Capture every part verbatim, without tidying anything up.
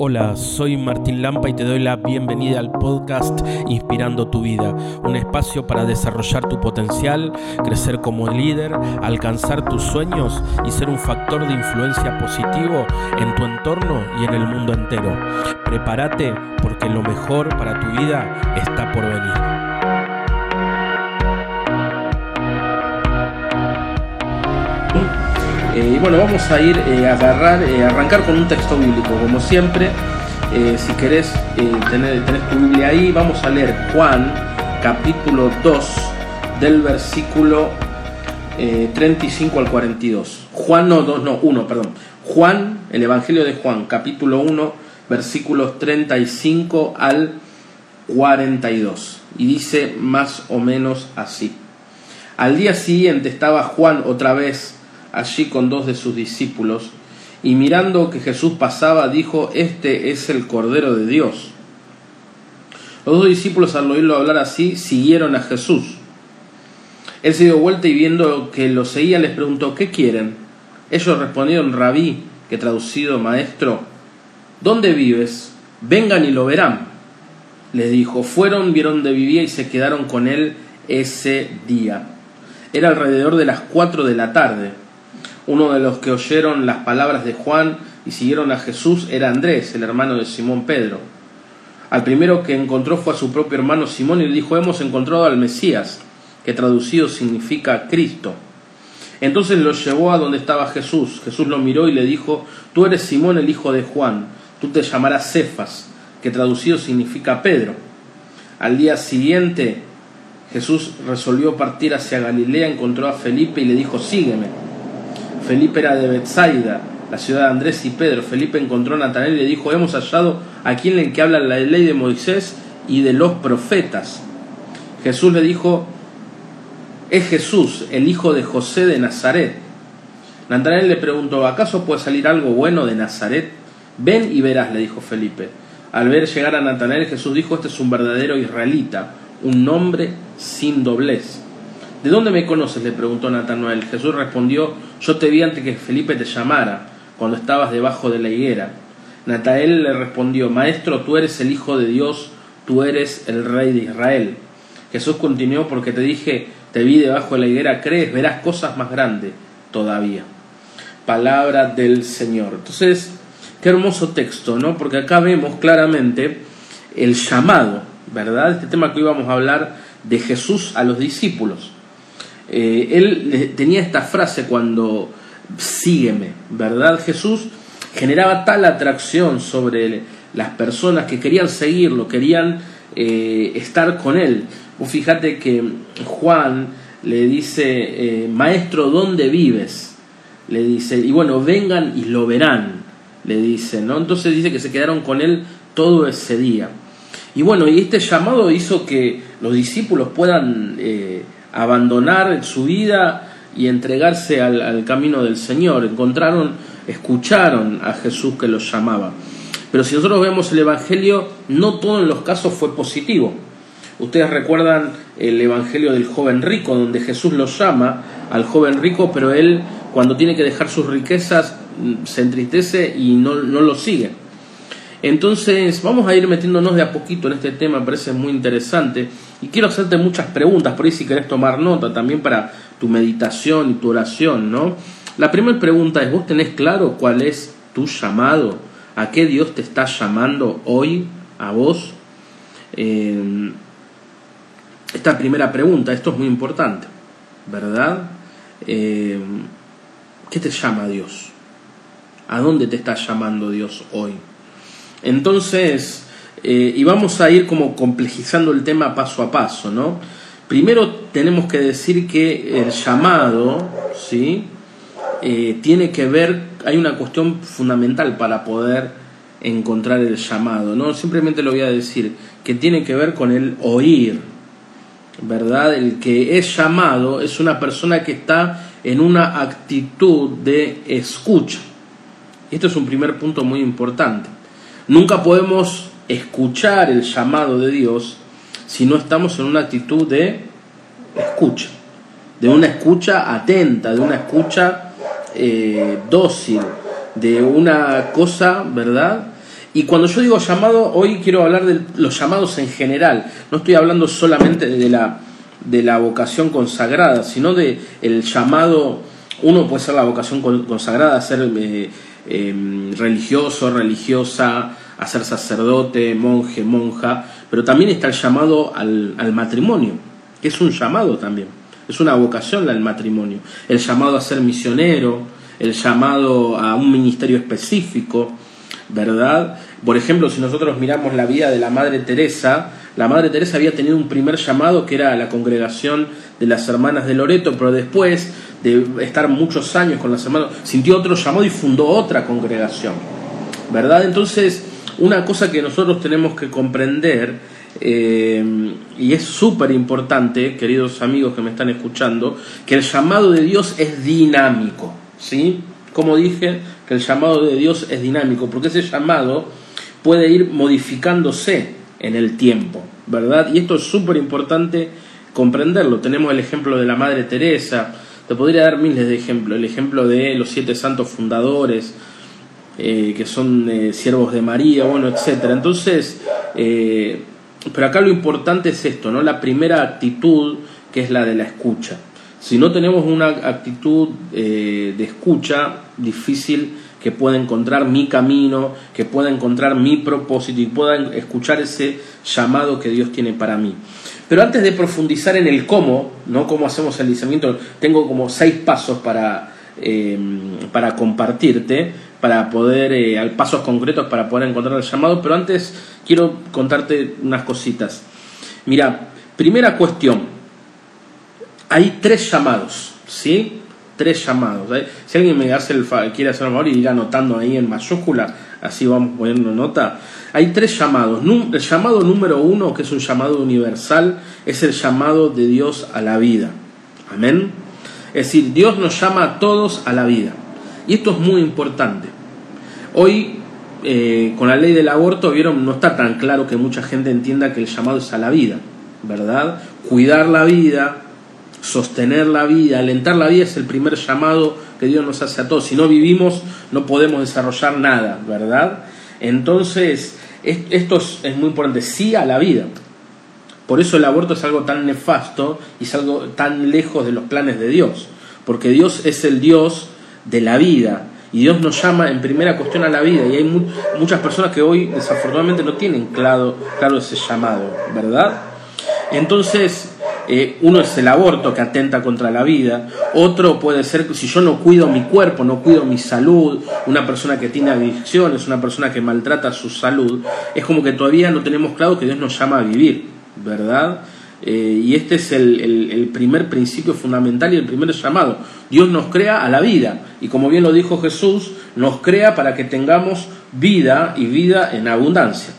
Hola, soy Martín Lampa y te doy la bienvenida al podcast Inspirando tu Vida, un espacio para desarrollar tu potencial, crecer como líder, alcanzar tus sueños y ser un factor de influencia positivo en tu entorno y en el mundo entero. Prepárate porque lo mejor para tu vida está por venir. Eh, y bueno, vamos a ir eh, a agarrar, eh, arrancar con un texto bíblico, como siempre. Eh, si querés eh, tener, tenés tu Biblia ahí, vamos a leer Juan, capítulo dos, del versículo eh, treinta y cinco al cuarenta y dos. Juan, no, dos, no, uno, perdón. Juan, el Evangelio de Juan, capítulo uno, versículos treinta y cinco al cuarenta y dos. Y dice más o menos así. Al día siguiente estaba Juan otra vez allí con dos de sus discípulos, y mirando que Jesús pasaba, dijo: Este es el Cordero de Dios. Los dos discípulos, al oírlo hablar así, siguieron a Jesús. Él se dio vuelta y viendo que lo seguían, les preguntó: ¿qué quieren? Ellos respondieron: Rabí, que traducido maestro, ¿dónde vives? Vengan y lo verán. Les dijo. Fueron, vieron dónde vivía y se quedaron con él ese día. Era alrededor de las cuatro de la tarde. Uno de los que oyeron las palabras de Juan y siguieron a Jesús era Andrés, el hermano de Simón Pedro. Al primero que encontró fue a su propio hermano Simón y le dijo: hemos encontrado al Mesías, que traducido significa Cristo. Entonces lo llevó a donde estaba Jesús. Jesús lo miró y le dijo: tú eres Simón, el hijo de Juan, tú te llamarás Cefas, que traducido significa Pedro. Al día siguiente Jesús resolvió partir hacia Galilea, encontró a Felipe y le dijo: sígueme. Felipe era de Betsaida, la ciudad de Andrés y Pedro. Felipe encontró a Natanael y le dijo: hemos hallado a quien en que habla la ley de Moisés y de los profetas. Jesús le dijo: es Jesús, el hijo de José de Nazaret. Natanael le preguntó: ¿acaso puede salir algo bueno de Nazaret? Ven y verás, le dijo Felipe. Al ver llegar a Natanael, Jesús dijo: este es un verdadero israelita, un hombre sin doblez. ¿De dónde me conoces?, le preguntó Natanael. Jesús respondió: yo te vi antes que Felipe te llamara, cuando estabas debajo de la higuera. Natanael le respondió: maestro, tú eres el Hijo de Dios, tú eres el Rey de Israel. Jesús continuó: porque te dije, te vi debajo de la higuera, crees, verás cosas más grandes todavía. Palabra del Señor. Entonces, qué hermoso texto, ¿no? Porque acá vemos claramente el llamado, ¿verdad? Este tema que hoy vamos a hablar de Jesús a los discípulos. Eh, él tenía esta frase cuando sígueme, ¿verdad? Jesús generaba tal atracción sobre las personas que querían seguirlo, querían eh, estar con él. Vos fíjate que Juan le dice: eh, maestro, ¿dónde vives? Le dice, y bueno, vengan y lo verán, le dice, ¿no? Entonces dice que se quedaron con él todo ese día. Y bueno, y este llamado hizo que los discípulos puedan eh, abandonar su vida y entregarse al, al camino del Señor. Encontraron, escucharon a Jesús que los llamaba. Pero si nosotros vemos el Evangelio, no todo en los casos fue positivo. Ustedes recuerdan el Evangelio del joven rico, donde Jesús los llama al joven rico, pero él, cuando tiene que dejar sus riquezas, se entristece y no, no lo sigue. Entonces vamos a ir metiéndonos de a poquito en este tema, me parece muy interesante, y quiero hacerte muchas preguntas, por ahí si querés tomar nota también para tu meditación y tu oración, ¿no? La primera pregunta es: ¿vos tenés claro cuál es tu llamado? ¿A qué Dios te está llamando hoy a vos? Eh, esta primera pregunta, esto es muy importante, ¿verdad? Eh, ¿Qué te llama Dios? ¿A dónde te está llamando Dios hoy? Entonces, eh, y vamos a ir como complejizando el tema paso a paso, ¿no? Primero tenemos que decir que el llamado, ¿sí? Eh, tiene que ver, hay una cuestión fundamental para poder encontrar el llamado, ¿no? Simplemente lo voy a decir, que tiene que ver con el oír, ¿verdad? El que es llamado es una persona que está en una actitud de escucha. Esto es un primer punto muy importante. Nunca podemos escuchar el llamado de Dios si no estamos en una actitud de escucha, de una escucha atenta, de una escucha eh, dócil, de una cosa, ¿verdad? Y cuando yo digo llamado, hoy quiero hablar de los llamados en general. No estoy hablando solamente de la, de la vocación consagrada, sino de el llamado. Uno puede ser la vocación consagrada, ser eh, eh, religioso, religiosa, a ser sacerdote, monje, monja, pero también está el llamado al, al matrimonio, que es un llamado también, es una vocación el matrimonio, el llamado a ser misionero, el llamado a un ministerio específico, ¿verdad? Por ejemplo, si nosotros miramos la vida de la Madre Teresa, la Madre Teresa había tenido un primer llamado que era la congregación de las hermanas de Loreto, pero después de estar muchos años con las hermanas, sintió otro llamado y fundó otra congregación, ¿verdad? Entonces, una cosa que nosotros tenemos que comprender, eh, y es súper importante, queridos amigos que me están escuchando, que el llamado de Dios es dinámico, ¿sí? Como dije, que el llamado de Dios es dinámico, porque ese llamado puede ir modificándose en el tiempo, ¿verdad? Y esto es súper importante comprenderlo. Tenemos el ejemplo de la Madre Teresa, te podría dar miles de ejemplos, el ejemplo de los siete santos fundadores, eh, que son eh, siervos de María, bueno, etcétera. Entonces, eh, pero acá lo importante es esto, ¿no? La primera actitud, que es la de la escucha. Si no tenemos una actitud eh, de escucha, difícil que pueda encontrar mi camino, que pueda encontrar mi propósito y pueda escuchar ese llamado que Dios tiene para mí. Pero antes de profundizar en el cómo, ¿no? Cómo hacemos el discernimiento, tengo como seis pasos para, eh, para compartirte, para poder, eh, pasos concretos para poder encontrar el llamado, pero antes quiero contarte unas cositas. Mira, primera cuestión, hay tres llamados, ¿sí? Tres llamados. ¿eh? Si alguien me hace el fa- quiere hacer un favor y ir anotando ahí en mayúscula, así vamos poniendo nota. Hay tres llamados. El llamado número uno, que es un llamado universal, es el llamado de Dios a la vida. Amén. Es decir, Dios nos llama a todos a la vida. Y esto es muy importante. Hoy, eh, con la ley del aborto, vieron, no está tan claro que mucha gente entienda que el llamado es a la vida, ¿verdad? Cuidar la vida, sostener la vida, alentar la vida es el primer llamado que Dios nos hace a todos. Si no vivimos, no podemos desarrollar nada, ¿verdad? Entonces, esto es muy importante, sí a la vida. Por eso el aborto es algo tan nefasto y es algo tan lejos de los planes de Dios, porque Dios es el Dios de la vida y Dios nos llama en primera cuestión a la vida, y hay mu- muchas personas que hoy desafortunadamente no tienen claro, claro ese llamado, ¿verdad? Entonces, eh, uno es el aborto, que atenta contra la vida. Otro puede ser si yo no cuido mi cuerpo, no cuido mi salud, una persona que tiene adicciones, una persona que maltrata su salud, es como que todavía no tenemos claro que Dios nos llama a vivir, ¿verdad? Eh, y este es el, el, el primer principio fundamental y el primer llamado. Dios nos crea a la vida, y como bien lo dijo Jesús, nos crea para que tengamos vida y vida en abundancia.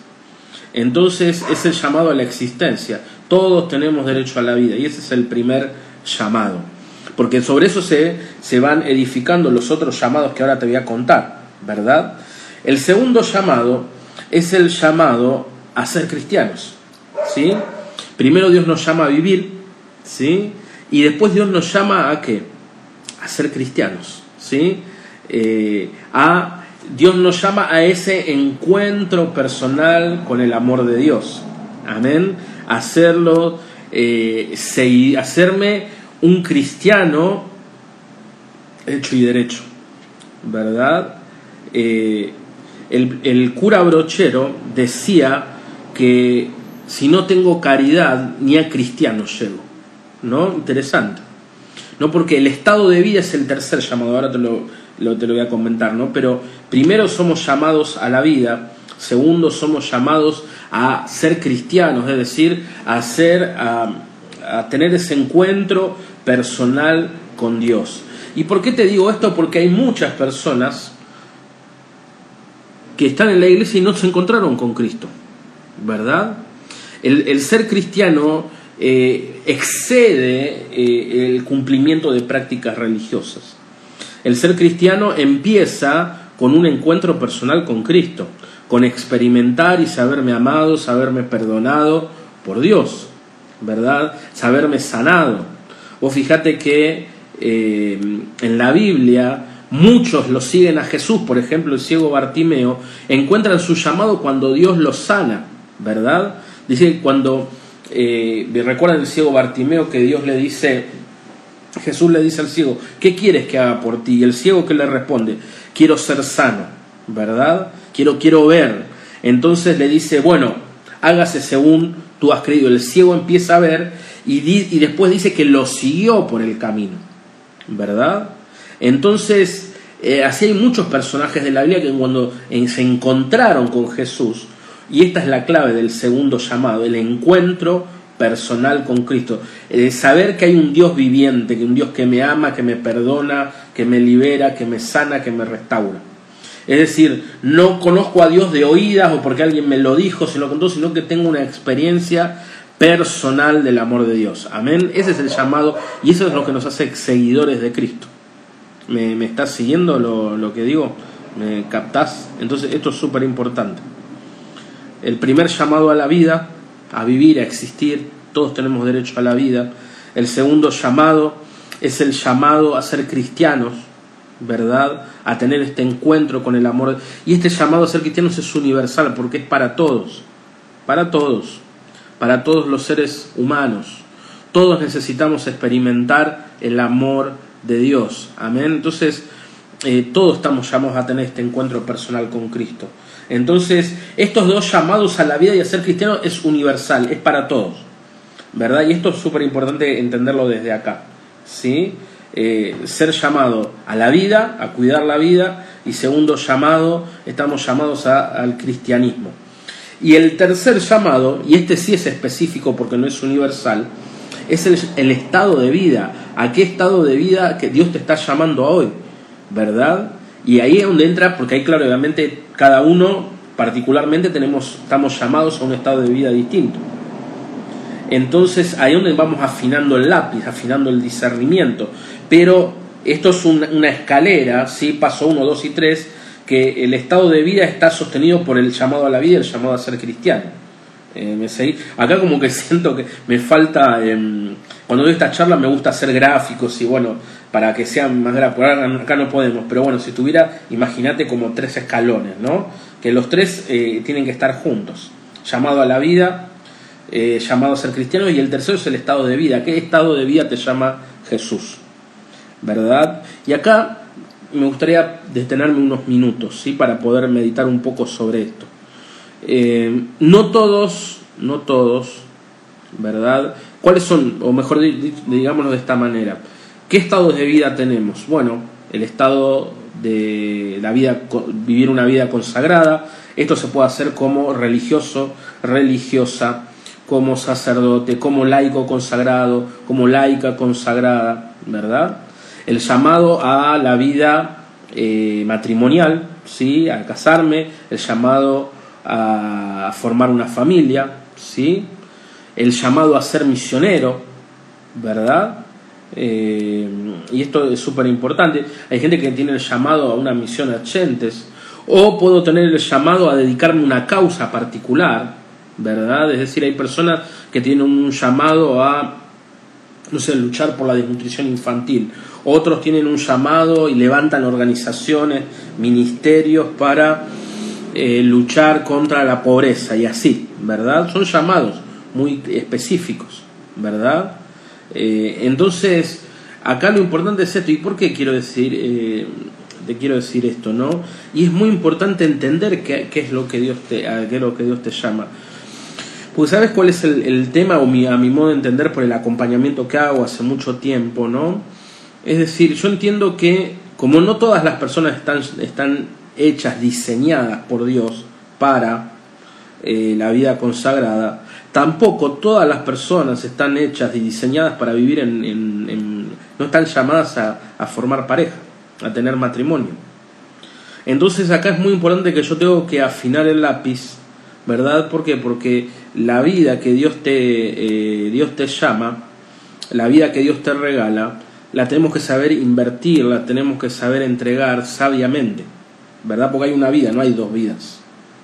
Entonces es el llamado a la existencia. Todos tenemos derecho a la vida, y ese es el primer llamado, porque sobre eso se, se van edificando los otros llamados que ahora te voy a contar, ¿verdad? El segundo llamado es el llamado a ser cristianos, ¿sí? Primero Dios nos llama a vivir, ¿sí? Y después Dios nos llama a ¿qué? A ser cristianos, ¿sí? Eh, a Dios nos llama a ese encuentro personal con el amor de Dios. Amén. Hacerlo, eh, se, hacerme un cristiano hecho y derecho, ¿verdad? Eh, el, el cura Brochero decía que si no tengo caridad, ni a cristiano llego, ¿no? Interesante, ¿no? Porque el estado de vida es el tercer llamado, ahora te lo, lo, te lo voy a comentar, ¿no? Pero primero somos llamados a la vida, segundo somos llamados a ser cristianos, es decir, a, ser, a, a tener ese encuentro personal con Dios. ¿Y por qué te digo esto? Porque hay muchas personas que están en la iglesia y no se encontraron con Cristo, ¿verdad? El, el ser cristiano eh, excede eh, el cumplimiento de prácticas religiosas. El ser cristiano empieza con un encuentro personal con Cristo, con experimentar y saberme amado, saberme perdonado por Dios, ¿verdad? Saberme sanado. Vos fíjate que eh, en la Biblia Muchos lo siguen a Jesús, por ejemplo el ciego Bartimeo, encuentran su llamado cuando Dios los sana, ¿verdad? Dice cuando, eh, recuerdan el ciego Bartimeo que Dios le dice, Jesús le dice al ciego, ¿qué quieres que haga por ti? Y el ciego que le responde, quiero ser sano, ¿verdad? Quiero, quiero ver. Entonces le dice, bueno, hágase según tú has creído. El ciego empieza a ver y, di, y después dice que lo siguió por el camino, ¿verdad? Entonces, eh, así hay muchos personajes de la Biblia que cuando eh, se encontraron con Jesús, y esta es la clave del segundo llamado, el encuentro personal con Cristo, el saber que hay un Dios viviente, que un Dios que me ama, que me perdona, que me libera, que me sana, que me restaura. Es decir, no conozco a Dios de oídas o porque alguien me lo dijo, se lo contó, sino que tengo una experiencia personal del amor de Dios. Amén. Ese es el llamado y eso es lo que nos hace seguidores de Cristo. ¿Me, me estás siguiendo lo, lo que digo? ¿Me captás? Entonces esto es súper importante. El primer llamado a la vida, a vivir, a existir, todos tenemos derecho a la vida. El segundo llamado es el llamado a ser cristianos, ¿verdad? A tener este encuentro con el amor. Y este llamado a ser cristianos es universal porque es para todos, para todos, para todos los seres humanos. Todos necesitamos experimentar el amor de Dios. Amén. Entonces, eh, todos estamos llamados a tener este encuentro personal con Cristo. Entonces, estos dos llamados a la vida y a ser cristiano es universal, es para todos, ¿verdad? Y esto es súper importante entenderlo desde acá, ¿sí? Eh, ser llamado a la vida, a cuidar la vida, y segundo llamado, estamos llamados a, al cristianismo. Y el tercer llamado, y este sí es específico porque no es universal, es el, el estado de vida. ¿A qué estado de vida que Dios te está llamando a hoy? ¿Verdad? Y ahí es donde entra, porque ahí claro, obviamente cada uno particularmente tenemos, estamos llamados a un estado de vida distinto. Entonces ahí es donde vamos afinando el lápiz, afinando el discernimiento. Pero esto es una, una escalera, ¿sí? Paso uno, dos y tres, que el estado de vida está sostenido por el llamado a la vida y el llamado a ser cristiano. Eh, ¿me seguí? Acá como que siento que me falta, eh, cuando doy esta charla me gusta hacer gráficos y bueno, para que sean más gráficos. Acá no podemos, pero bueno, si tuviera, imagínate como tres escalones, ¿no? Que los tres eh, tienen que estar juntos. Llamado a la vida, eh, llamado a ser cristiano, y el tercero es el estado de vida. ¿Qué estado de vida te llama Jesús? ¿Verdad? Y acá me gustaría detenerme unos minutos, ¿sí? Para poder meditar un poco sobre esto. Eh, no todos, no todos, ¿verdad? ¿Cuáles son, o mejor digámoslo de esta manera, qué estados de vida tenemos? Bueno, el estado de la vida, vivir una vida consagrada. Esto se puede hacer como religioso, religiosa, como sacerdote, como laico consagrado, como laica consagrada, ¿verdad? El llamado a la vida eh, matrimonial, ¿sí? A casarme, el llamado a formar una familia, ¿sí? El llamado a ser misionero, ¿verdad? Eh, y esto es súper importante. Hay gente que tiene el llamado a una misión a gentes, o puedo tener el llamado a dedicarme a una causa particular, ¿verdad? Es decir, hay personas que tienen un llamado a, no sé, luchar por la desnutrición infantil. Otros tienen un llamado y levantan organizaciones, ministerios para eh, luchar contra la pobreza y así, ¿verdad? Son llamados muy específicos, ¿verdad? Eh, entonces, acá lo importante es esto. ¿Y por qué quiero decir, eh, te quiero decir esto, no? Y es muy importante entender qué, qué es lo que Dios te, a qué es lo que Dios te llama. Porque ¿sabes cuál es el, el tema, o mi, a mi modo de entender, por el acompañamiento que hago hace mucho tiempo, ¿no? Es decir, yo entiendo que como no todas las personas están, están hechas, diseñadas por Dios para eh, la vida consagrada, tampoco todas las personas están hechas y diseñadas para vivir en, en, en no están llamadas a, a formar pareja, a tener matrimonio. Entonces acá es muy importante que yo tengo que afinar el lápiz, ¿verdad? ¿Por qué? Porque la vida que Dios te, eh, Dios te llama, la vida que Dios te regala, la tenemos que saber invertir, la tenemos que saber entregar sabiamente, ¿verdad? Porque hay una vida, no hay dos vidas.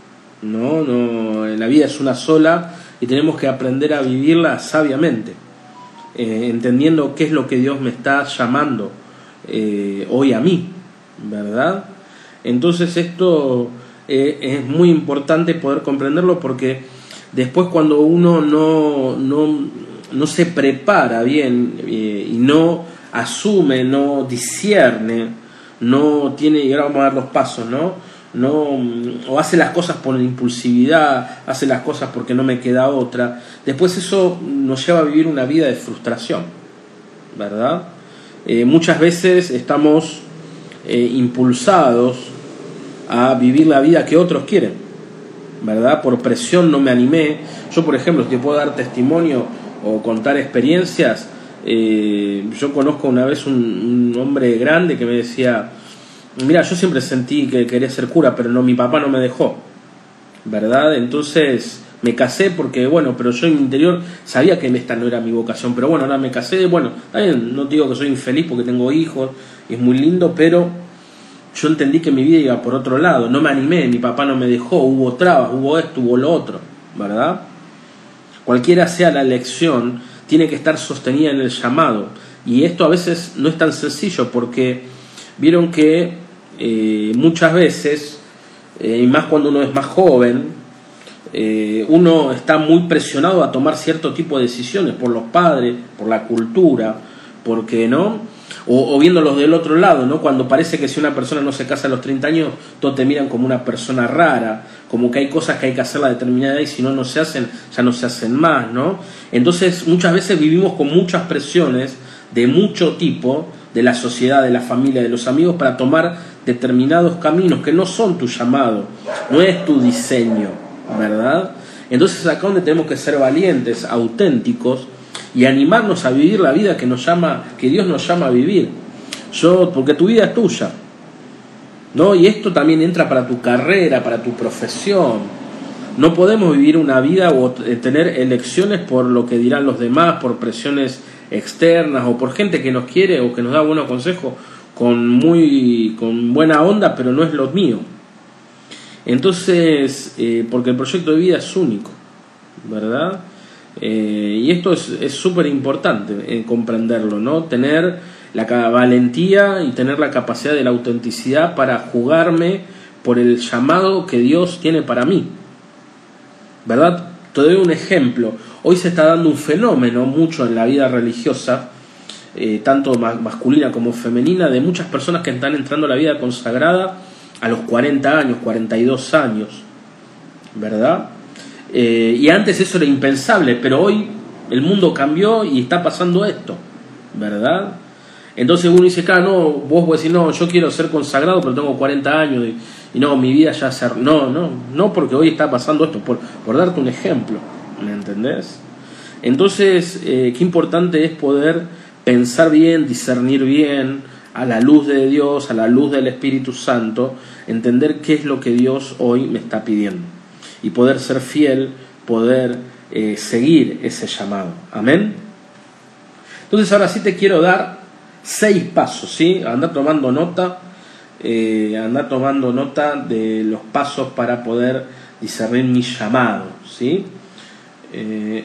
No, no, la vida es una sola y tenemos que aprender a vivirla sabiamente, eh, entendiendo qué es lo que Dios me está llamando eh, hoy a mí, ¿verdad? Entonces esto eh, es muy importante poder comprenderlo, porque después cuando uno no, no, no se prepara bien eh, y no asume, no discierne, no tiene, y ahora vamos a dar los pasos, ¿no? No, o hace las cosas por impulsividad, hace las cosas porque no me queda otra, después eso nos lleva a vivir una vida de frustración, ¿verdad? Eh, muchas veces estamos eh, impulsados a vivir la vida que otros quieren, ¿verdad? Por presión no me animé. Yo, por ejemplo, si te puedo dar testimonio o contar experiencias, eh, yo conozco una vez un, un hombre grande que me decía: mira, yo siempre sentí que quería ser cura, pero no, mi papá no me dejó, ¿verdad? Entonces me casé porque, bueno, pero yo en mi interior sabía que esta no era mi vocación, pero bueno, ahora me casé, bueno, también no digo que soy infeliz porque tengo hijos, y es muy lindo, pero yo entendí que mi vida iba por otro lado, no me animé, mi papá no me dejó, hubo trabas, hubo esto, hubo lo otro, ¿verdad? Cualquiera sea la elección, tiene que estar sostenida en el llamado, y esto a veces no es tan sencillo, porque vieron que eh, muchas veces, eh, y más cuando uno es más joven, eh, uno está muy presionado a tomar cierto tipo de decisiones por los padres, por la cultura, porque no, o, o viéndolos del otro lado, ¿no? Cuando parece que si una persona no se casa a los treinta años, todos te miran como una persona rara, como que hay cosas que hay que hacer a determinada edad y si no, no se hacen, ya no se hacen más, ¿no? Entonces muchas veces vivimos con muchas presiones de mucho tipo, de la sociedad, de la familia, de los amigos, para tomar determinados caminos que no son tu llamado, no es tu diseño, ¿verdad? Entonces acá donde tenemos que ser valientes, auténticos y animarnos a vivir la vida que nos llama, que Dios nos llama a vivir. Yo, porque tu vida es tuya, ¿no? Y esto también entra para tu carrera, para tu profesión. No podemos vivir una vida o tener elecciones por lo que dirán los demás, por presiones externas o por gente que nos quiere o que nos da buenos consejos con muy con buena onda, pero no es lo mío. Entonces, eh, porque el proyecto de vida es único, ¿verdad? Eh, y esto es súper importante eh, comprenderlo, ¿no? Tener la valentía y tener la capacidad de la autenticidad para jugarme por el llamado que Dios tiene para mí, ¿verdad? Te doy un ejemplo. Hoy se está dando un fenómeno mucho en la vida religiosa, eh, tanto masculina como femenina, de muchas personas que están entrando a la vida consagrada a los cuarenta años, cuarenta y dos años, ¿verdad? Eh, y antes eso era impensable, pero hoy el mundo cambió y está pasando esto, ¿verdad? Entonces uno dice, claro, no, vos vos decís, no, yo quiero ser consagrado, pero tengo cuarenta años y, y no, mi vida ya se... No, no, no, porque hoy está pasando esto, por, por darte un ejemplo, ¿me entendés? Entonces, eh, qué importante es poder pensar bien, discernir bien, a la luz de Dios, a la luz del Espíritu Santo, entender qué es lo que Dios hoy me está pidiendo y poder ser fiel, poder eh, seguir ese llamado. Amén. Entonces ahora sí te quiero dar seis pasos, ¿sí? Anda tomando nota, eh, anda tomando nota de los pasos para poder discernir mi llamado, ¿sí? Eh,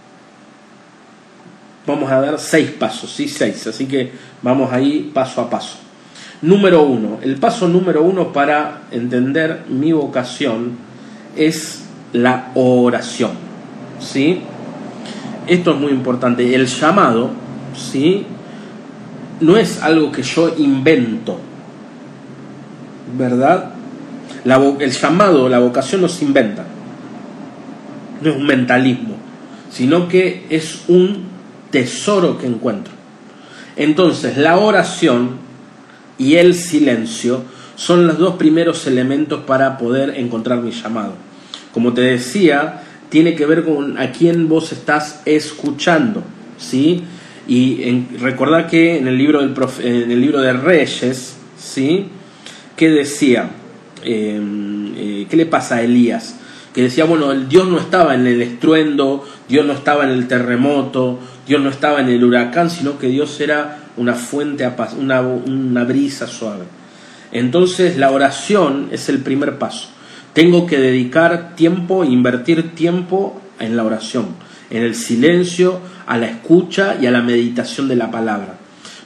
vamos a dar seis pasos, ¿sí? Seis, así que vamos ahí paso a paso. Número uno, el paso número uno para entender mi vocación es la oración, ¿sí? Esto es muy importante. El llamado, ¿sí?, no es algo que yo invento, ¿verdad? La, el llamado, la vocación no se inventa, no es un mentalismo, sino que es un tesoro que encuentro. Entonces la oración y el silencio son los dos primeros elementos para poder encontrar mi llamado. Como te decía, tiene que ver con a quién vos estás escuchando, ¿sí? Y en, recordá que en el libro del profe, en el libro de Reyes, ¿sí?, ¿qué decía? Eh, eh, ¿Qué le pasa a Elías? Que decía, bueno, el Dios no estaba en el estruendo, Dios no estaba en el terremoto, Dios no estaba en el huracán, sino que Dios era una fuente, una, una brisa suave. Entonces la oración es el primer paso. Tengo que dedicar tiempo, invertir tiempo en la oración, en el silencio, a la escucha y a la meditación de la palabra.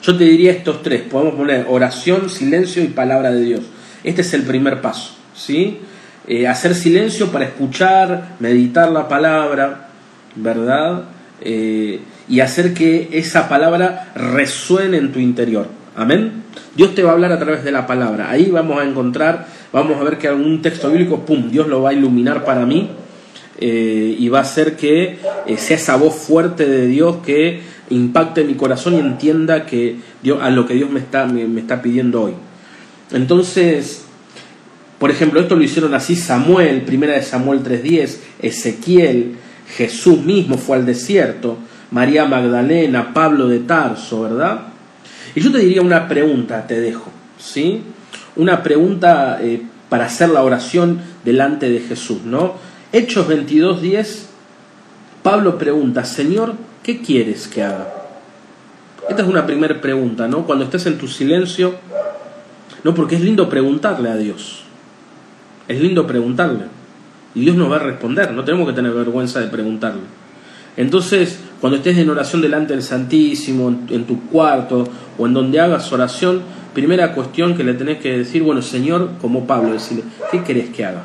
Yo te diría estos tres, podemos poner oración, silencio y palabra de Dios. Este es el primer paso, ¿sí? Eh, hacer silencio para escuchar, meditar la palabra, ¿verdad? Eh, y hacer que esa palabra resuene en tu interior. Amén. Dios te va a hablar a través de la palabra. Ahí vamos a encontrar, vamos a ver que algún texto bíblico, pum, Dios lo va a iluminar para mí, eh, y va a hacer que eh, sea esa voz fuerte de Dios que impacte mi corazón y entienda que Dios, a lo que Dios me está, me, me está pidiendo hoy. Entonces, por ejemplo, esto lo hicieron así Samuel, primera de Samuel tres diez, Ezequiel, Jesús mismo fue al desierto, María Magdalena, Pablo de Tarso, ¿verdad? Y yo te diría una pregunta, te dejo, ¿sí? Una pregunta eh, para hacer la oración delante de Jesús, ¿no? Hechos veintidós diez, Pablo pregunta, Señor, ¿qué quieres que haga? Esta es una primera pregunta, ¿no? Cuando estés en tu silencio, no, porque es lindo preguntarle a Dios, es lindo preguntarle, y Dios nos va a responder, no tenemos que tener vergüenza de preguntarle. Entonces, cuando estés en oración delante del Santísimo, en, en tu cuarto o en donde hagas oración, primera cuestión que le tenés que decir, bueno, Señor, como Pablo, decirle, ¿qué querés que haga?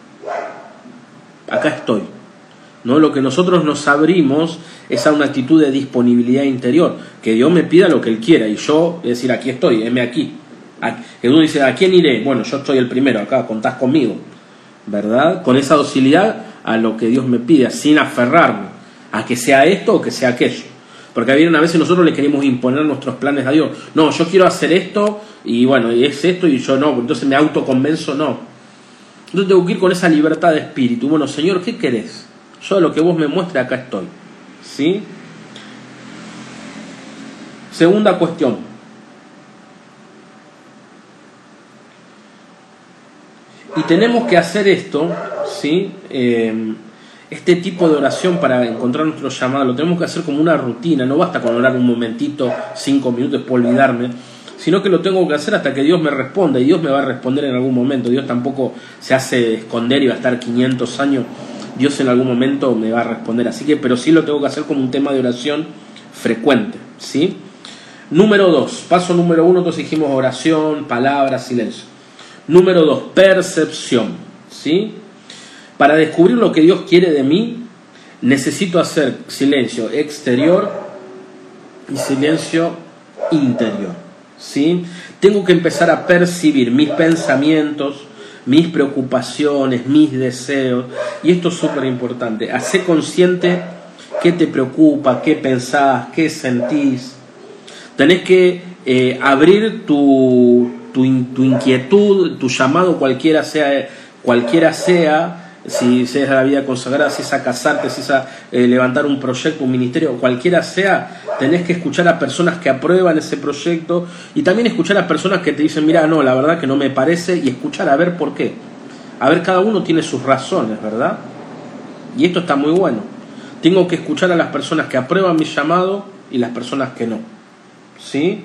Acá estoy. ¿No? Lo que nosotros nos abrimos es a una actitud de disponibilidad interior, que Dios me pida lo que Él quiera y yo decir, aquí estoy, heme aquí. Jesús dice, ¿a quién iré? Bueno, yo estoy el primero, acá contás conmigo, ¿verdad? Con esa docilidad a lo que Dios me pida, sin aferrarme a que sea esto o que sea aquello, porque a veces nosotros le queremos imponer nuestros planes a Dios. No, yo quiero hacer esto y bueno, es esto y yo no, entonces me autoconvenzo, no. Entonces tengo que ir con esa libertad de espíritu. Bueno, Señor, ¿qué querés? Yo lo que vos me muestres acá estoy, ¿sí? Segunda cuestión. Y tenemos que hacer esto, ¿sí? Eh, este tipo de oración para encontrar nuestro llamado, lo tenemos que hacer como una rutina. No basta con orar un momentito, cinco minutos, después olvidarme, sino que lo tengo que hacer hasta que Dios me responda, y Dios me va a responder en algún momento. Dios tampoco se hace esconder y va a estar quinientos años. Dios en algún momento me va a responder, así que, pero sí lo tengo que hacer como un tema de oración frecuente, ¿sí? Número dos, paso número uno, entonces dijimos oración, palabra, silencio. Número dos, percepción, ¿sí? Para descubrir lo que Dios quiere de mí, necesito hacer silencio exterior y silencio interior, ¿sí? Tengo que empezar a percibir mis pensamientos, mis preocupaciones, mis deseos, y esto es súper importante. Hacé consciente qué te preocupa, qué pensás, qué sentís. Tenés que eh, abrir tu, tu, tu inquietud, tu llamado, cualquiera sea, cualquiera sea, si es la vida consagrada, si es a casarte, si es a eh, levantar un proyecto, un ministerio, cualquiera sea, tenés que escuchar a personas que aprueban ese proyecto y también escuchar a personas que te dicen, mira, no, la verdad que no me parece, y escuchar a ver por qué. A ver, cada uno tiene sus razones, ¿verdad? Y esto está muy bueno. Tengo que escuchar a las personas que aprueban mi llamado y las personas que no, ¿sí?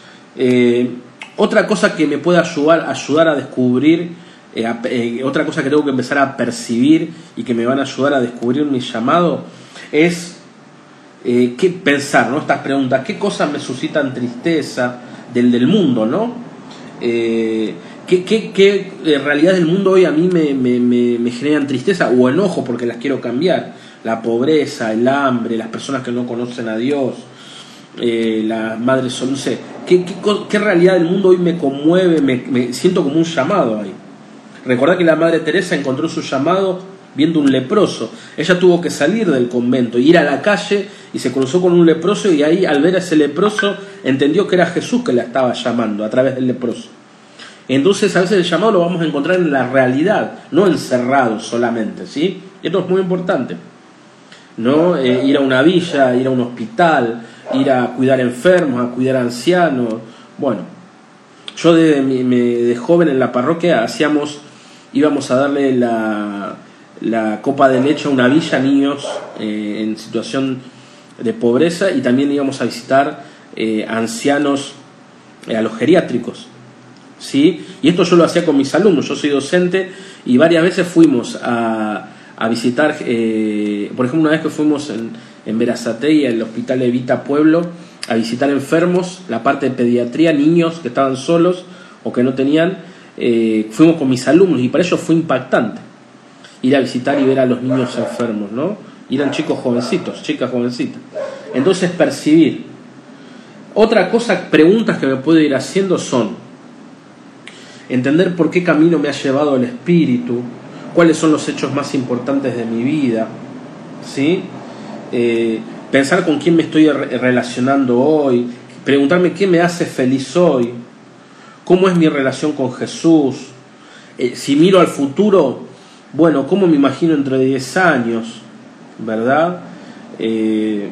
Eh, otra cosa que me puede ayudar, ayudar a descubrir, Eh, eh, otra cosa que tengo que empezar a percibir y que me van a ayudar a descubrir mi llamado es eh, qué pensar, ¿no? Estas preguntas, ¿qué cosas me suscitan tristeza del, del mundo, ¿no? Eh, ¿qué, qué, qué realidades del mundo hoy a mí me, me, me, me generan tristeza o enojo porque las quiero cambiar? La pobreza, el hambre, las personas que no conocen a Dios, eh, las madres son, no sé, ¿qué, qué, qué realidad del mundo hoy me conmueve, me, me siento como un llamado ahí? Recordá que la Madre Teresa encontró su llamado viendo un leproso. Ella tuvo que salir del convento, ir a la calle, y se cruzó con un leproso, y ahí, al ver a ese leproso, entendió que era Jesús que la estaba llamando a través del leproso. Entonces a veces el llamado lo vamos a encontrar en la realidad, no encerrado solamente, ¿sí? Esto es muy importante, ¿no? Eh, ir a una villa, ir a un hospital, ir a cuidar enfermos, a cuidar ancianos. Bueno, yo de, de joven en la parroquia hacíamos, íbamos a darle la, la copa de leche a una villa a niños eh, en situación de pobreza, y también íbamos a visitar eh, ancianos, eh, a los geriátricos, ¿sí? Y esto yo lo hacía con mis alumnos. Yo soy docente y varias veces fuimos a, a visitar, eh, por ejemplo, una vez que fuimos en, en Berazategui, al hospital Evita Pueblo, a visitar enfermos, la parte de pediatría, niños que estaban solos o que no tenían, eh, fuimos con mis alumnos y para ellos fue impactante ir a visitar y ver a los niños enfermos, ¿no? Y eran chicos jovencitos, chicas jovencitas. Entonces percibir. Otra cosa, preguntas que me puedo ir haciendo son entender por qué camino me ha llevado el Espíritu, cuáles son los hechos más importantes de mi vida, ¿sí? Eh, pensar con quién me estoy re- relacionando hoy, preguntarme qué me hace feliz hoy, cómo es mi relación con Jesús, eh, si miro al futuro, bueno, cómo me imagino entre diez años, ¿verdad? Eh,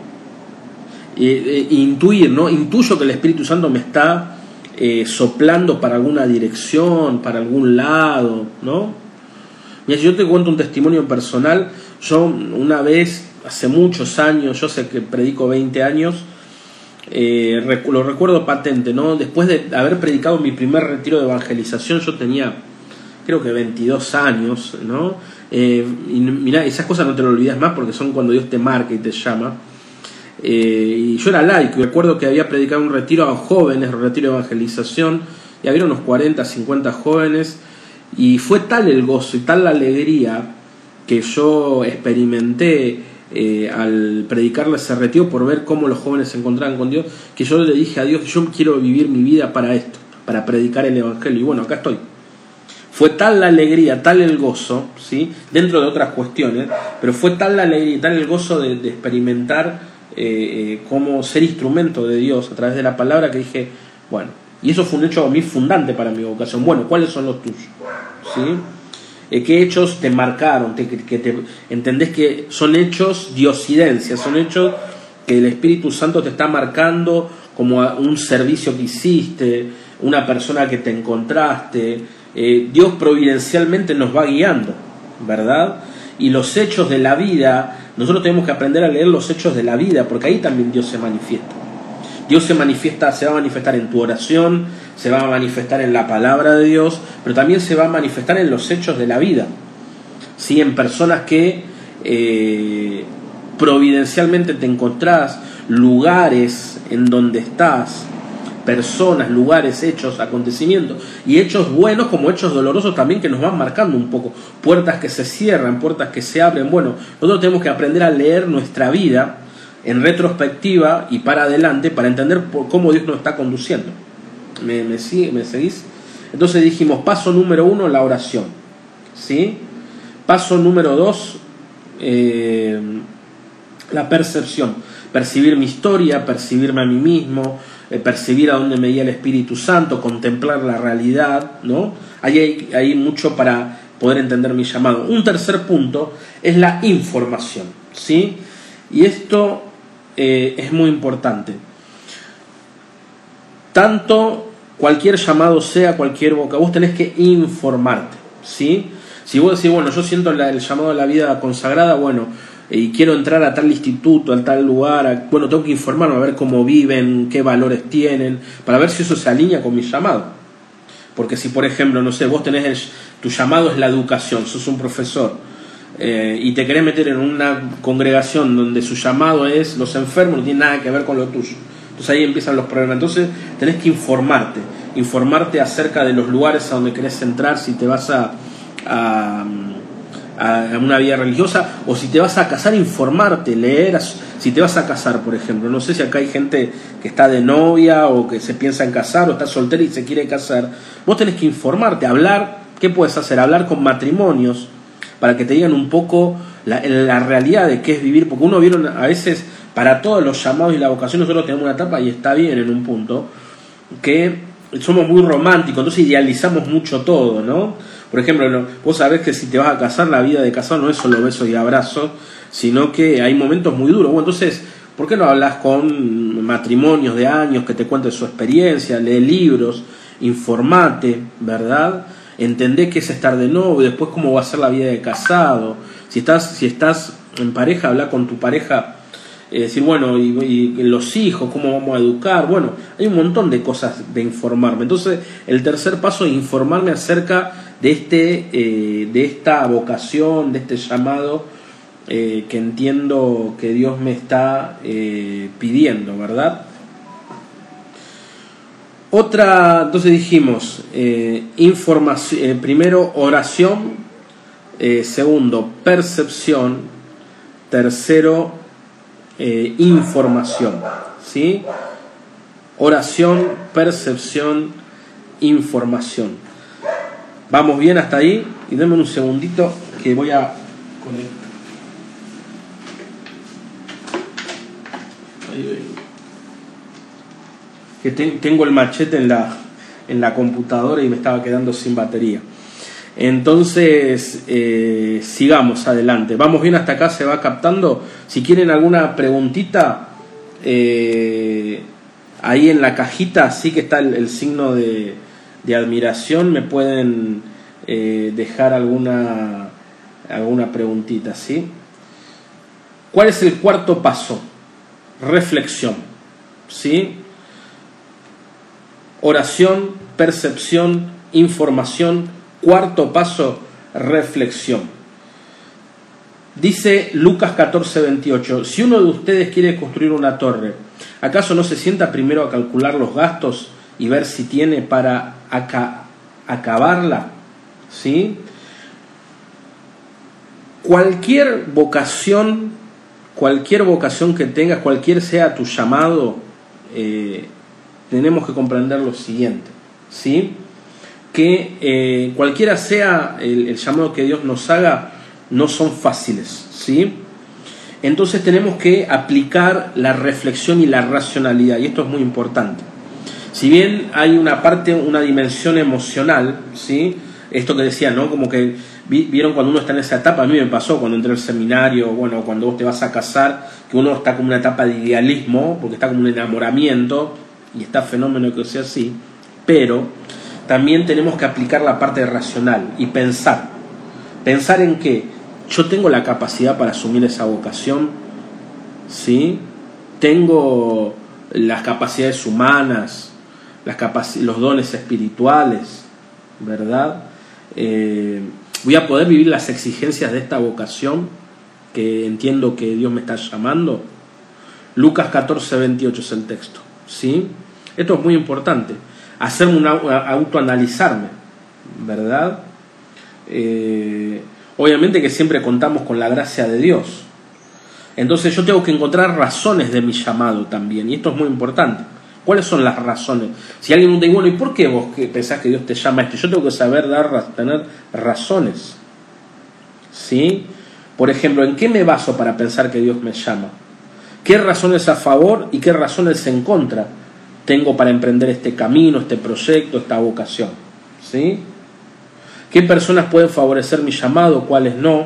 eh, eh, intuir, ¿no? Intuyo que el Espíritu Santo me está eh, soplando para alguna dirección, para algún lado, ¿no? Mira, si yo te cuento un testimonio personal, yo una vez, hace muchos años, yo sé que predico veinte años, eh, rec- lo recuerdo patente, ¿no? Después de haber predicado mi primer retiro de evangelización, yo tenía, creo que veintidós años, ¿no? Eh, y mirá, esas cosas no te lo olvidas más porque son cuando Dios te marca y te llama. Eh, y yo era laico y recuerdo que había predicado un retiro a jóvenes, un retiro de evangelización, y había unos cuarenta, cincuenta jóvenes, y fue tal el gozo y tal la alegría que yo experimenté eh, al predicarles ese retiro por ver cómo los jóvenes se encontraban con Dios, que yo le dije a Dios que yo quiero vivir mi vida para esto, para predicar el Evangelio, y bueno, acá estoy. Fue tal la alegría, tal el gozo, ¿sí? Dentro de otras cuestiones, pero fue tal la alegría y tal el gozo de, de experimentar eh, cómo ser instrumento de Dios a través de la palabra, que dije, bueno, y eso fue un hecho a mí fundante para mi vocación. Bueno, ¿cuáles son los tuyos? ¿Sí? Eh, ¿Qué hechos te marcaron? Te, que te, ¿Entendés que son hechos diosidencia? Son hechos que el Espíritu Santo te está marcando como un servicio que hiciste, una persona que te encontraste. Eh, Dios providencialmente nos va guiando, ¿verdad? Y los hechos de la vida, nosotros tenemos que aprender a leer los hechos de la vida, porque ahí también Dios se manifiesta. Dios se manifiesta, se va a manifestar en tu oración, se va a manifestar en la palabra de Dios, pero también se va a manifestar en los hechos de la vida, ¿sí? En personas que eh, providencialmente te encontrás, lugares en donde estás, personas, lugares, hechos, acontecimientos, y hechos buenos como hechos dolorosos también que nos van marcando un poco, puertas que se cierran, puertas que se abren. Bueno, nosotros tenemos que aprender a leer nuestra vida en retrospectiva y para adelante para entender por cómo Dios nos está conduciendo. ¿Me, me, sigue, ¿Me seguís? Entonces dijimos, paso número uno, la oración, ¿sí? Paso número dos, eh, la percepción, percibir mi historia, percibirme a mí mismo, eh, percibir a dónde me guía el Espíritu Santo, contemplar la realidad, ¿no? Ahí hay, hay mucho para poder entender mi llamado. Un tercer punto es la información, ¿sí? Y esto eh, es muy importante. Tanto cualquier llamado sea, cualquier boca, vos tenés que informarte, ¿sí? Si vos decís, bueno, yo siento la, el llamado de la vida consagrada, bueno, eh, y quiero entrar a tal instituto, a tal lugar, a, bueno, tengo que informarme a ver cómo viven, qué valores tienen, para ver si eso se alinea con mi llamado. Porque si, por ejemplo, no sé, vos tenés el, tu llamado es la educación, sos un profesor, eh, y te querés meter en una congregación donde su llamado es los enfermos, no tiene nada que ver con lo tuyo. Entonces ahí empiezan los problemas. Entonces tenés que informarte, informarte acerca de los lugares a donde querés entrar, si te vas a, a, a una vida religiosa, o si te vas a casar, informarte, leer, si te vas a casar, por ejemplo. No sé si acá hay gente que está de novia o que se piensa en casar o está soltera y se quiere casar. Vos tenés que informarte, hablar. ¿Qué puedes hacer? Hablar con matrimonios para que te digan un poco la, la realidad de qué es vivir, porque uno vieron a veces, para todos los llamados y la vocación, nosotros tenemos una etapa, y está bien en un punto, que somos muy románticos, entonces idealizamos mucho todo, ¿no? Por ejemplo, no, vos sabés que si te vas a casar, la vida de casado no es solo besos y abrazos, sino que hay momentos muy duros. Bueno, entonces, ¿por qué no hablas con matrimonios de años que te cuenten su experiencia? Lee libros, informate, ¿verdad? Entendé qué es estar de novio, después cómo va a ser la vida de casado. Si estás, si estás en pareja, habla con tu pareja, eh, decir, bueno, y, y los hijos, cómo vamos a educar. Bueno, hay un montón de cosas de informarme. Entonces, el tercer paso es informarme acerca de este, eh, de esta vocación, de este llamado eh, que entiendo que Dios me está eh, pidiendo, ¿verdad? Otra, entonces dijimos, eh, información, eh, primero oración, eh, segundo percepción, tercero eh, información, ¿sí? Oración, percepción, información. Vamos bien hasta ahí, y denme un segundito que voy a conectar. Que te, tengo el machete en la, en la computadora y me estaba quedando sin batería. Entonces, eh, sigamos adelante. Vamos bien hasta acá, se va captando. Si quieren alguna preguntita, eh, ahí en la cajita sí que está el, el signo de, de admiración. Me pueden eh, dejar alguna, alguna preguntita, ¿sí? ¿Cuál es el cuarto paso? Reflexión, ¿sí? Oración, percepción, información. Cuarto paso, reflexión. Dice Lucas catorce veintiocho: si uno de ustedes quiere construir una torre, ¿acaso no se sienta primero a calcular los gastos y ver si tiene para aca- acabarla? ¿Sí? Cualquier vocación, cualquier vocación que tengas, cualquier sea tu llamado, eh, tenemos que comprender lo siguiente, ¿sí? Que eh, cualquiera sea el, el llamado que Dios nos haga, no son fáciles, ¿sí? Entonces tenemos que aplicar la reflexión y la racionalidad, y esto es muy importante. Si bien hay una parte, una dimensión emocional, ¿sí? Esto que decía, ¿no? Como que vieron cuando uno está en esa etapa, a mí me pasó cuando entré al seminario, bueno, cuando vos te vas a casar, que uno está como una etapa de idealismo, porque está como un enamoramiento, y está fenómeno que sea así, pero también tenemos que aplicar la parte racional y pensar. Pensar en que yo tengo la capacidad para asumir esa vocación, ¿sí? Tengo las capacidades humanas, las capac- los dones espirituales, ¿verdad? Eh, voy a poder vivir las exigencias de esta vocación que entiendo que Dios me está llamando. Lucas catorce veintiocho es el texto, ¿sí? Esto es muy importante, hacerme una, autoanalizarme, ¿verdad? Eh, obviamente que siempre contamos con la gracia de Dios. Entonces yo tengo que encontrar razones de mi llamado también, y esto es muy importante. ¿Cuáles son las razones? Si alguien me dice, bueno, ¿y por qué vos pensás que Dios te llama a esto? Yo tengo que saber dar, tener razones, ¿sí? Por ejemplo, ¿en qué me baso para pensar que Dios me llama? ¿Qué razones a favor y qué razones en contra tengo para emprender este camino, este proyecto, esta vocación? ¿Sí? ¿Qué personas pueden favorecer mi llamado? ¿Cuáles no?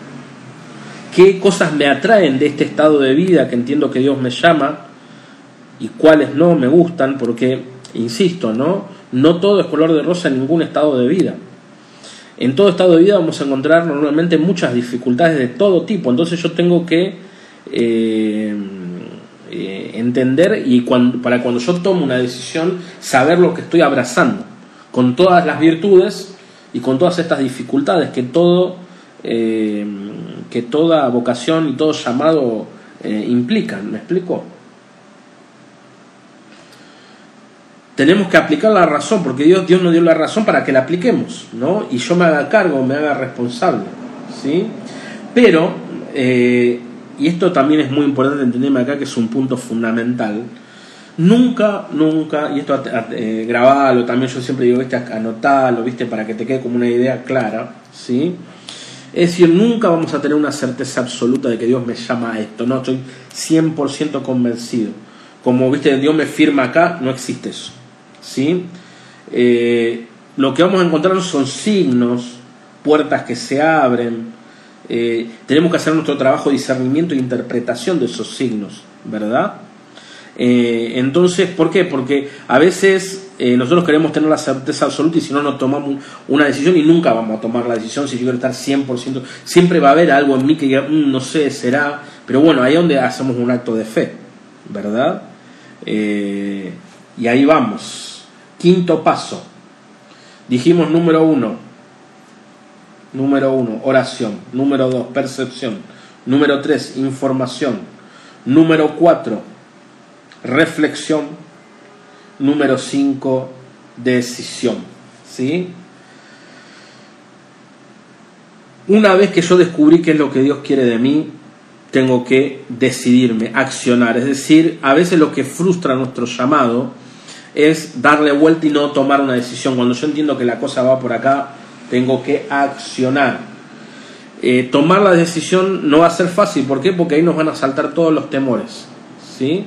¿Qué cosas me atraen de este estado de vida que entiendo que Dios me llama? ¿Y cuáles no me gustan? Porque, insisto, ¿no? No todo es color de rosa en ningún estado de vida. En todo estado de vida vamos a encontrar normalmente muchas dificultades de todo tipo. Entonces yo tengo que eh, eh, entender y cuando, para cuando yo tomo una decisión, saber lo que estoy abrazando, con todas las virtudes y con todas estas dificultades que todo eh, que toda vocación y todo llamado eh, implican. ¿Me explico? Tenemos que aplicar la razón, porque Dios, Dios nos dio la razón para que la apliquemos, ¿no? Y yo me haga cargo, me haga responsable, ¿sí? Pero, eh, y esto también es muy importante entenderme acá, que es un punto fundamental, nunca, nunca, y esto eh, grabalo también, yo siempre digo, ¿viste? Anotalo, ¿viste? Para que te quede como una idea clara, ¿sí? Es decir, nunca vamos a tener una certeza absoluta de que Dios me llama a esto, no, estoy cien por ciento convencido. Como, ¿viste? Dios me firma acá, no existe eso. ¿Sí? Eh, lo que vamos a encontrar son signos, puertas que se abren. Eh, tenemos que hacer nuestro trabajo de discernimiento e interpretación de esos signos, ¿verdad? Eh, entonces, ¿por qué? Porque a veces eh, nosotros queremos tener la certeza absoluta y si no, no tomamos una decisión y nunca vamos a tomar la decisión si yo quiero estar cien por ciento. Siempre va a haber algo en mí que diga, mmm, no sé, será. Pero bueno, ahí es donde hacemos un acto de fe, ¿verdad? Eh, y ahí vamos. Quinto paso. Dijimos número uno. Número uno, oración. Número dos, percepción. Número tres, información. Número cuatro, reflexión. número cinco, decisión. ¿Sí? Una vez que yo descubrí qué es lo que Dios quiere de mí, tengo que decidirme, accionar. Es decir, a veces lo que frustra nuestro llamado es darle vuelta y no tomar una decisión. Cuando yo entiendo que la cosa va por acá, tengo que accionar. Eh, tomar la decisión no va a ser fácil. ¿Por qué? Porque ahí nos van a saltar todos los temores. ¿Sí?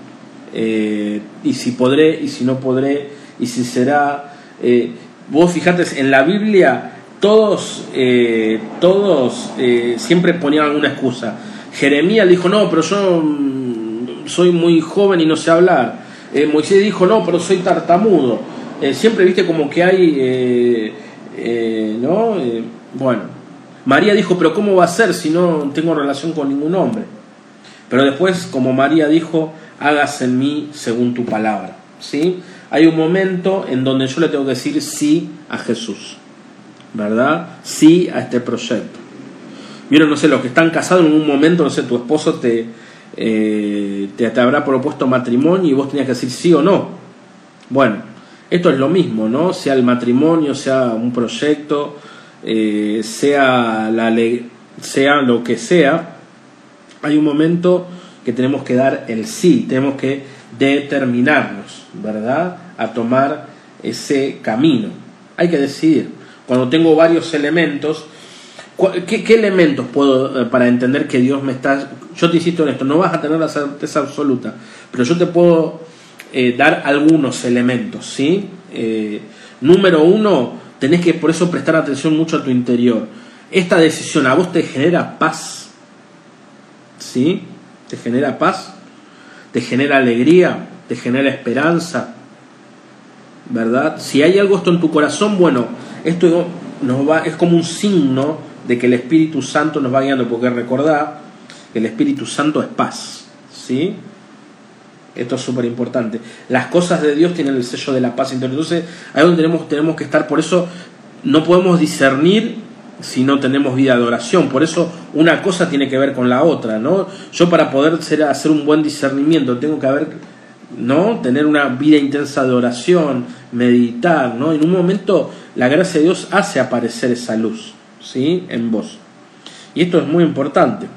Eh, y si podré, y si no podré, y si será. Eh, vos fijate, en la Biblia todos, eh, todos eh, siempre ponían alguna excusa. Jeremías dijo, no, pero yo mm, soy muy joven y no sé hablar. Eh, Moisés dijo, no, pero soy tartamudo. Eh, siempre viste como que hay, eh, eh, ¿no? Eh, bueno, María dijo, pero ¿cómo va a ser si no tengo relación con ningún hombre? Pero después, como María dijo, hágase en mí según tu palabra. ¿Sí? Hay un momento en donde yo le tengo que decir sí a Jesús, ¿verdad? Sí a este proyecto. Vieron, no sé, los que están casados en un momento, no sé, tu esposo te, eh, te, te habrá propuesto matrimonio y vos tenías que decir sí o no. Bueno, esto es lo mismo, ¿no? Sea el matrimonio, sea un proyecto, eh, sea, la le- sea lo que sea, hay un momento que tenemos que dar el sí, tenemos que determinarnos, ¿verdad?, a tomar ese camino. Hay que decidir. Cuando tengo varios elementos, ¿qué, qué elementos puedo, eh, para entender que Dios me está... Yo te insisto en esto, no vas a tener la certeza absoluta, pero yo te puedo eh, dar algunos elementos, ¿sí? Eh, número uno, tenés que por eso prestar atención mucho a tu interior. Esta decisión, ¿a vos te genera paz? ¿Sí? ¿Te genera paz? ¿Te genera alegría? ¿Te genera esperanza? ¿Verdad? Si hay algo esto en tu corazón, bueno, esto nos va, es como un signo de que el Espíritu Santo nos va guiando, porque recordá que el Espíritu Santo es paz, ¿sí? Esto es súper importante. Las cosas de Dios tienen el sello de la paz interior. Entonces, ahí es donde tenemos, tenemos que estar. Por eso no podemos discernir si no tenemos vida de oración. Por eso una cosa tiene que ver con la otra, ¿no? Yo, para poder ser, hacer un buen discernimiento, tengo que haber, ¿no?, tener una vida intensa de oración, meditar, ¿no? En un momento la gracia de Dios hace aparecer esa luz, ¿sí?, en vos. Y esto es muy importante.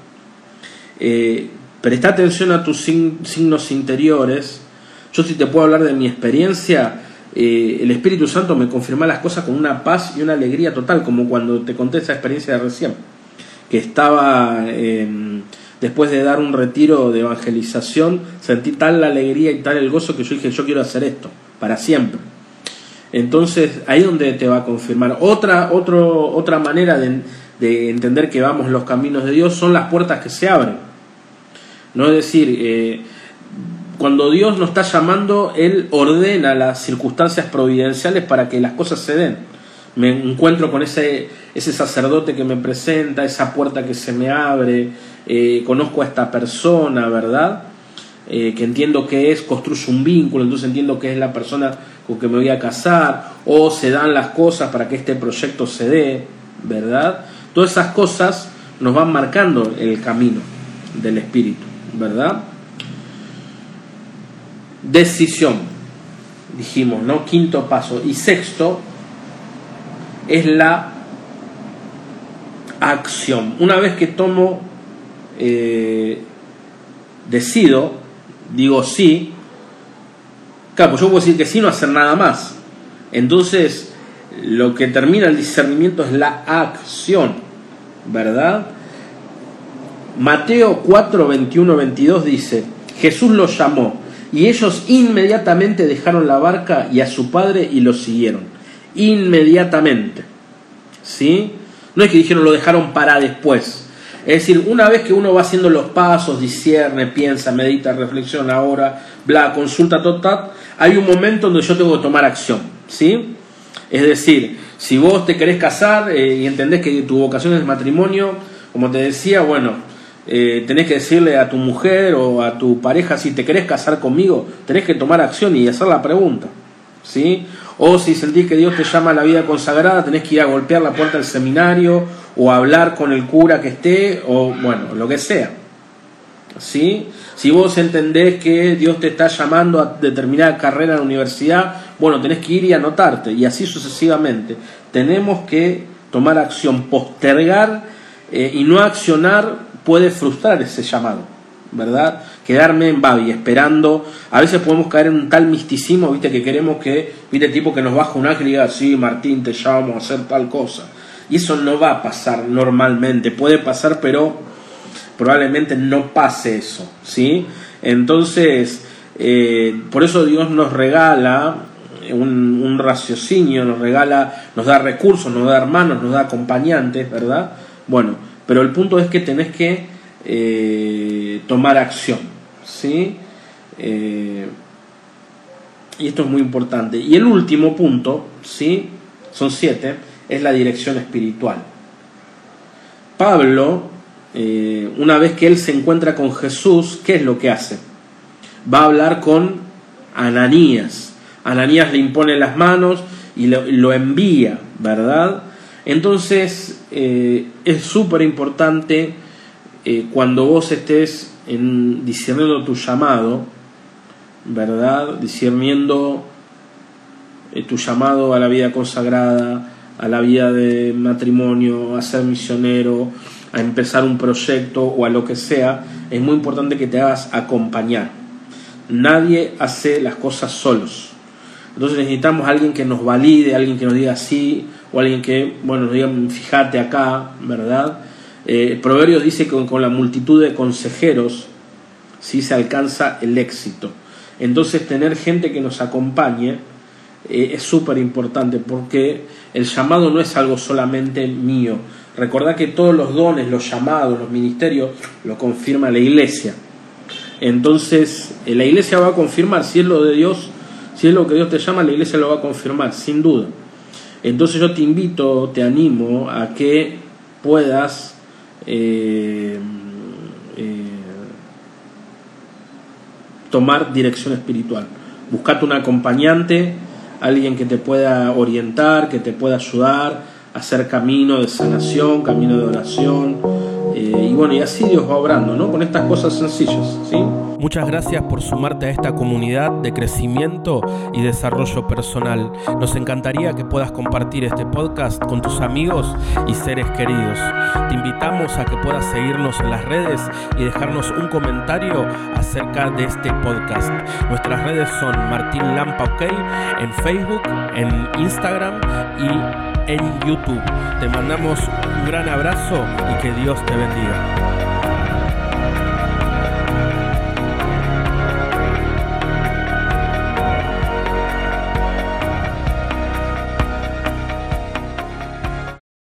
Eh, presta atención a tus signos interiores. Yo, si te puedo hablar de mi experiencia, eh, el Espíritu Santo me confirma las cosas con una paz y una alegría total, como cuando te conté esa experiencia de recién, que estaba eh, después de dar un retiro de evangelización, sentí tal la alegría y tal el gozo que yo dije, yo quiero hacer esto para siempre. Entonces ahí es donde te va a confirmar. Otra, otro, otra manera de, de entender que vamos los caminos de Dios son las puertas que se abren, ¿no? Es decir, eh, cuando Dios nos está llamando, Él ordena las circunstancias providenciales para que las cosas se den. Me encuentro con ese, ese sacerdote que me presenta, esa puerta que se me abre, eh, conozco a esta persona, ¿verdad? Eh, que entiendo que es, construyo un vínculo, entonces entiendo que es la persona con que me voy a casar, o se dan las cosas para que este proyecto se dé, ¿verdad? Todas esas cosas nos van marcando el camino del Espíritu, ¿verdad? Decisión, dijimos, ¿no? Quinto paso. Y sexto es la acción. Una vez que tomo, eh, decido, digo sí, claro, pues yo puedo decir que sí, no hacer nada más. Entonces, lo que termina el discernimiento es la acción, ¿verdad? Mateo cuatro, veintiuno, veintidós dice, Jesús los llamó y ellos inmediatamente dejaron la barca y a su padre y lo siguieron. Inmediatamente, ¿sí? No es que dijeron lo dejaron para después. Es decir, una vez que uno va haciendo los pasos, discierne, piensa, medita, reflexiona, ahora, bla, consulta, total, hay un momento donde yo tengo que tomar acción, ¿sí? Es decir, si vos te querés casar eh, y entendés que tu vocación es el matrimonio, como te decía, bueno, eh, tenés que decirle a tu mujer o a tu pareja, si te querés casar conmigo, tenés que tomar acción y hacer la pregunta, ¿sí? O si sentís que Dios te llama a la vida consagrada, tenés que ir a golpear la puerta del seminario o hablar con el cura que esté, o bueno, lo que sea, ¿sí? Si vos entendés que Dios te está llamando a determinada carrera en la universidad, bueno, tenés que ir y anotarte, y así sucesivamente. Tenemos que tomar acción. Postergar eh, y no accionar puede frustrar ese llamado, ¿verdad? Quedarme en babi esperando. A veces podemos caer en un tal misticismo, viste, que queremos que, viste, tipo que nos baja un ángel y diga, sí, Martín, te llamo a hacer tal cosa. Y eso no va a pasar normalmente. Puede pasar, pero probablemente no pase eso, ¿sí? Entonces, eh, por eso Dios nos regala un, un raciocinio, nos regala, nos da recursos, nos da hermanos, nos da acompañantes, ¿verdad? Bueno, pero el punto es que tenés que eh, tomar acción, ¿sí? Eh, y esto es muy importante. Y el último punto, ¿sí? Son siete, es la dirección espiritual. Pablo, Eh, una vez que él se encuentra con Jesús, ¿qué es lo que hace? Va a hablar con Ananías. Ananías le impone las manos y lo, lo envía, ¿verdad? Entonces eh, es súper importante eh, cuando vos estés en, discerniendo tu llamado, ¿verdad? Discerniendo eh, tu llamado a la vida consagrada, a la vida de matrimonio, a ser misionero, a empezar un proyecto o a lo que sea, es muy importante que te hagas acompañar. Nadie hace las cosas solos. Entonces necesitamos a alguien que nos valide, alguien que nos diga sí, o alguien que, bueno, nos diga, fíjate acá, ¿verdad? Eh, Proverbios dice que con, con la multitud de consejeros sí se alcanza el éxito. Entonces tener gente que nos acompañe eh, es súper importante, porque el llamado no es algo solamente mío. Recordá que todos los dones, los llamados, los ministerios, lo confirma la iglesia. Entonces, la iglesia va a confirmar si es lo de Dios, si es lo que Dios te llama, la iglesia lo va a confirmar, sin duda. Entonces yo te invito, te animo a que puedas eh, eh, tomar dirección espiritual. Buscate un acompañante, alguien que te pueda orientar, que te pueda ayudar, hacer camino de sanación, camino de oración, eh, y bueno, y así Dios va obrando, ¿no? Con estas cosas sencillas, ¿sí? Muchas gracias por sumarte a esta comunidad de crecimiento y desarrollo personal. Nos encantaría que puedas compartir este podcast con tus amigos y seres queridos. Te invitamos a que puedas seguirnos en las redes y dejarnos un comentario acerca de este podcast. Nuestras redes son Martín Lampa OK en Facebook, en Instagram y en YouTube. Te mandamos un gran abrazo y que Dios te bendiga.